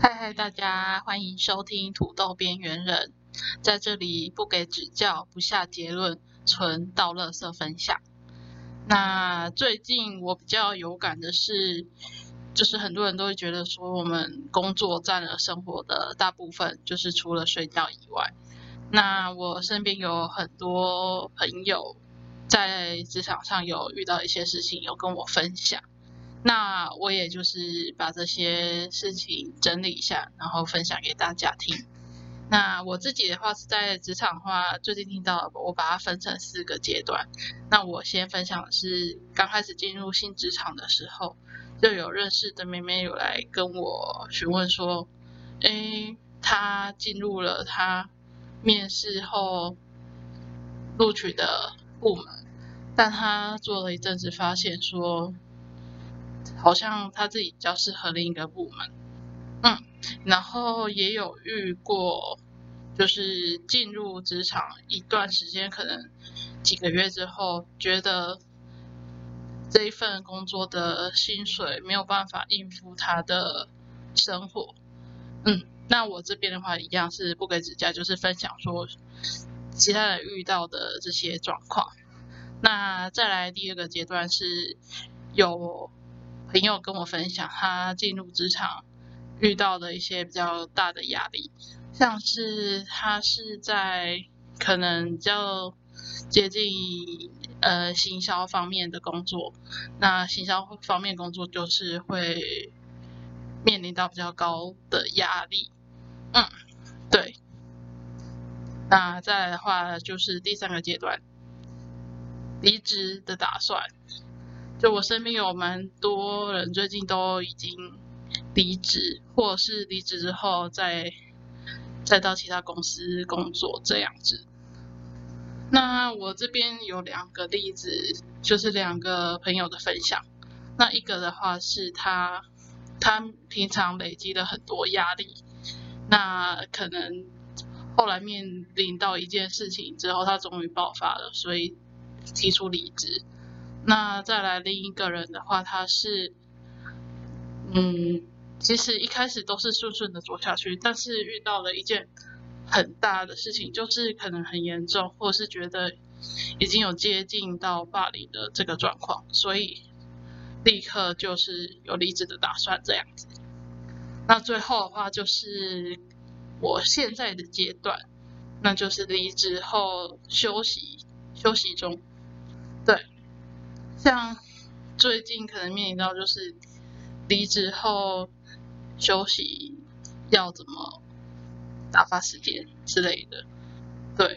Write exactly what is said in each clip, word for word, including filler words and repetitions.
嗨嗨，大家欢迎收听土豆边缘人，在这里不给指教，不下结论，纯倒垃圾分享。那最近我比较有感的是，就是很多人都会觉得说，我们工作占了生活的大部分，就是除了睡觉以外。那我身边有很多朋友在职场上有遇到一些事情，有跟我分享。那我也就是把这些事情整理一下，然后分享给大家听。那我自己的话是在职场的话，最近听到我把它分成四个阶段。那我先分享的是刚开始进入新职场的时候，就有认识的妹妹有来跟我询问说，诶，她进入了她面试后录取的部门，但她做了一阵子，发现说好像她自己比较适合另一个部门。嗯，然后也有遇过，就是进入职场一段时间，可能几个月之后，觉得这一份工作的薪水没有办法应付他的生活。嗯，那我这边的话一样是不给指教，就是分享说其他人遇到的这些状况。那再来第二个阶段是有朋友跟我分享他进入职场遇到的一些比较大的压力，像是他是在可能比较接近呃行销方面的工作，那行销方面工作就是会面临到比较高的压力。嗯，对。那再来的话就是第三个阶段，离职的打算。就我身边有蛮多人最近都已经离职，或者是离职之后再再到其他公司工作这样子。那我这边有两个例子，就是两个朋友的分享。那一个的话是他他平常累积了很多压力，那可能后来面临到一件事情之后，他终于爆发了，所以提出离职。那再来另一个人的话，他是，嗯，其实一开始都是顺顺的做下去，但是遇到了一件很大的事情，就是可能很严重，或者是觉得已经有接近到霸凌的这个状况，所以立刻就是有离职的打算这样子。那最后的话就是我现在的阶段，那就是离职后休息休息中，对。像最近可能面临到就是离职后休息要怎么打发时间之类的，对，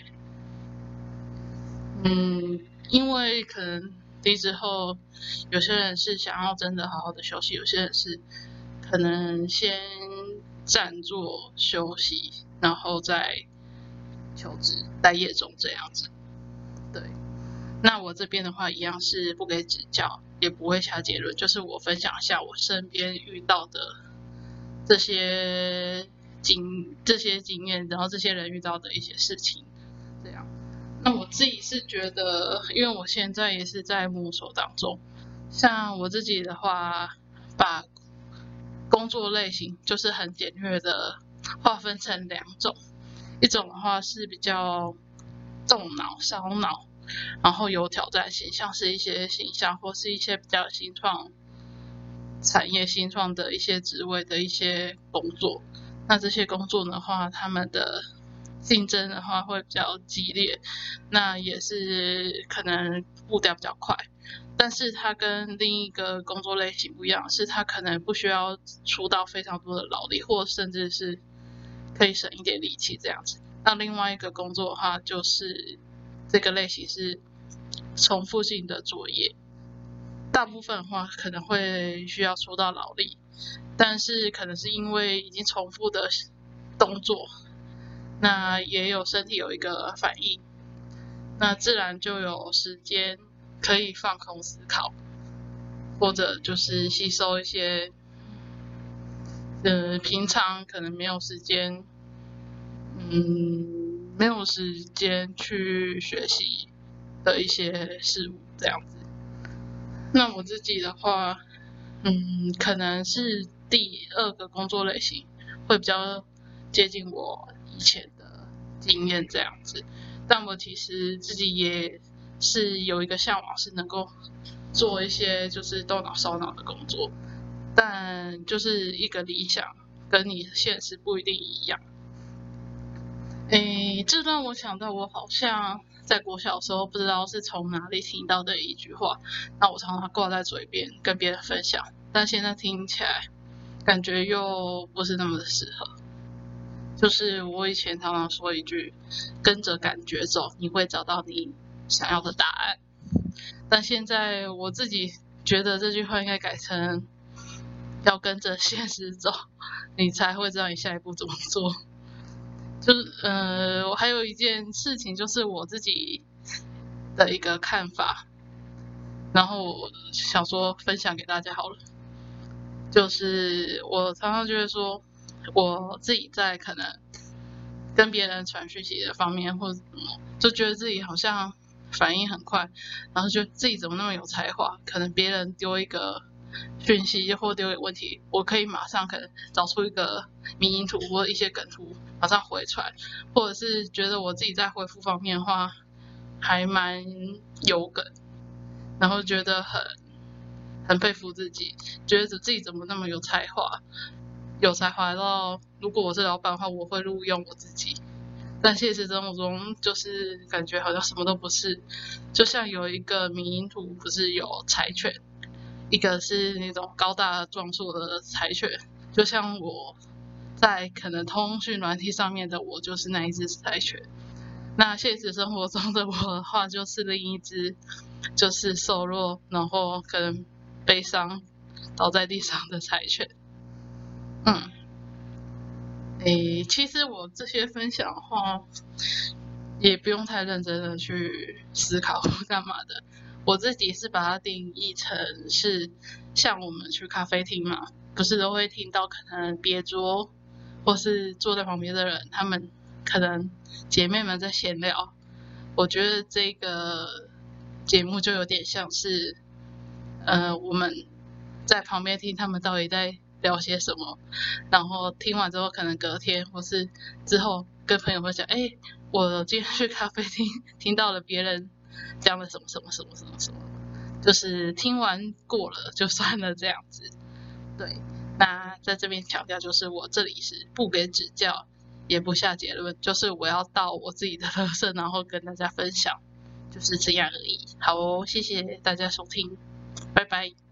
嗯，因为可能离职后有些人是想要真的好好的休息，有些人是可能先暂作休息，然后再求职待业中这样子，对。那我这边的话一样是不给指教，也不会下结论，就是我分享一下我身边遇到的这些经这些经验，然后这些人遇到的一些事情，这样。那我自己是觉得，因为我现在也是在摸索当中，像我自己的话，把工作类型就是很简略的划分成两种，一种的话是比较动脑烧脑，然后有挑战性，像是一些形象或是一些比较新创产业新创的一些职位的一些工作。那这些工作的话，他们的竞争的话会比较激烈，那也是可能步调比较快。但是它跟另一个工作类型不一样，是它可能不需要出到非常多的劳力，或甚至是可以省一点力气这样子。那另外一个工作的话，就是这个类型是重复性的作业，大部分的话可能会需要出到劳力，但是可能是因为已经重复的动作，那也有身体有一个反应，那自然就有时间可以放空思考，或者就是吸收一些呃平常可能没有时间，嗯，没有时间去学习的一些事物这样子。那我自己的话，嗯，可能是第二个工作类型， 会比较接近我以前的经验这样子。但我其实自己也是有一个向往，是能够做一些就是动脑烧脑的工作，但就是一个理想跟你现实不一定一样。诶，这让我想到我好像在国小的时候不知道是从哪里听到的一句话，那我常常挂在嘴边跟别人分享，但现在听起来感觉又不是那么的适合。就是我以前常常说一句，跟着感觉走，你会找到你想要的答案。但现在我自己觉得这句话应该改成，要跟着现实走，你才会知道你下一步怎么做。就是呃，我还有一件事情，就是我自己的一个看法，然后我想说分享给大家好了。就是我常常觉得说，我自己在可能跟别人传讯息的方面，或者什么，就觉得自己好像反应很快，然后觉得自己怎么那么有才华，可能别人丢一个讯息或丢一个问题，我可以马上可能找出一个迷因图或一些梗图马上回传，或者是觉得我自己在回复方面的话还蛮有梗，然后觉得很很佩服自己，觉得自己怎么那么有才华，有才华到如果我是老板的话，我会录用我自己。但现实生活中就是感觉好像什么都不是，就像有一个迷因图不是有柴犬，一个是那种高大壮硕的柴犬，就像我在可能通讯软体上面的我就是那一只柴犬，那现实生活中的我的话就是另一只，就是瘦弱然后可能悲伤倒在地上的柴犬。嗯，诶，其实我这些分享的话也不用太认真的去思考或干嘛的，我自己是把它定义成是像我们去咖啡厅嘛，不是都会听到可能别桌或是坐在旁边的人，他们可能姐妹们在闲聊，我觉得这个节目就有点像是呃我们在旁边听他们到底在聊些什么，然后听完之后可能隔天或是之后跟朋友会讲，哎，我今天去咖啡厅听到了别人讲了什么什么什么什么什么，就是听完过了就算了这样子。对，那在这边强调就是我这里是不给指教也不下结论，就是我要到我自己的垃圾然后跟大家分享，就是这样而已。好哦，谢谢大家收听，拜拜。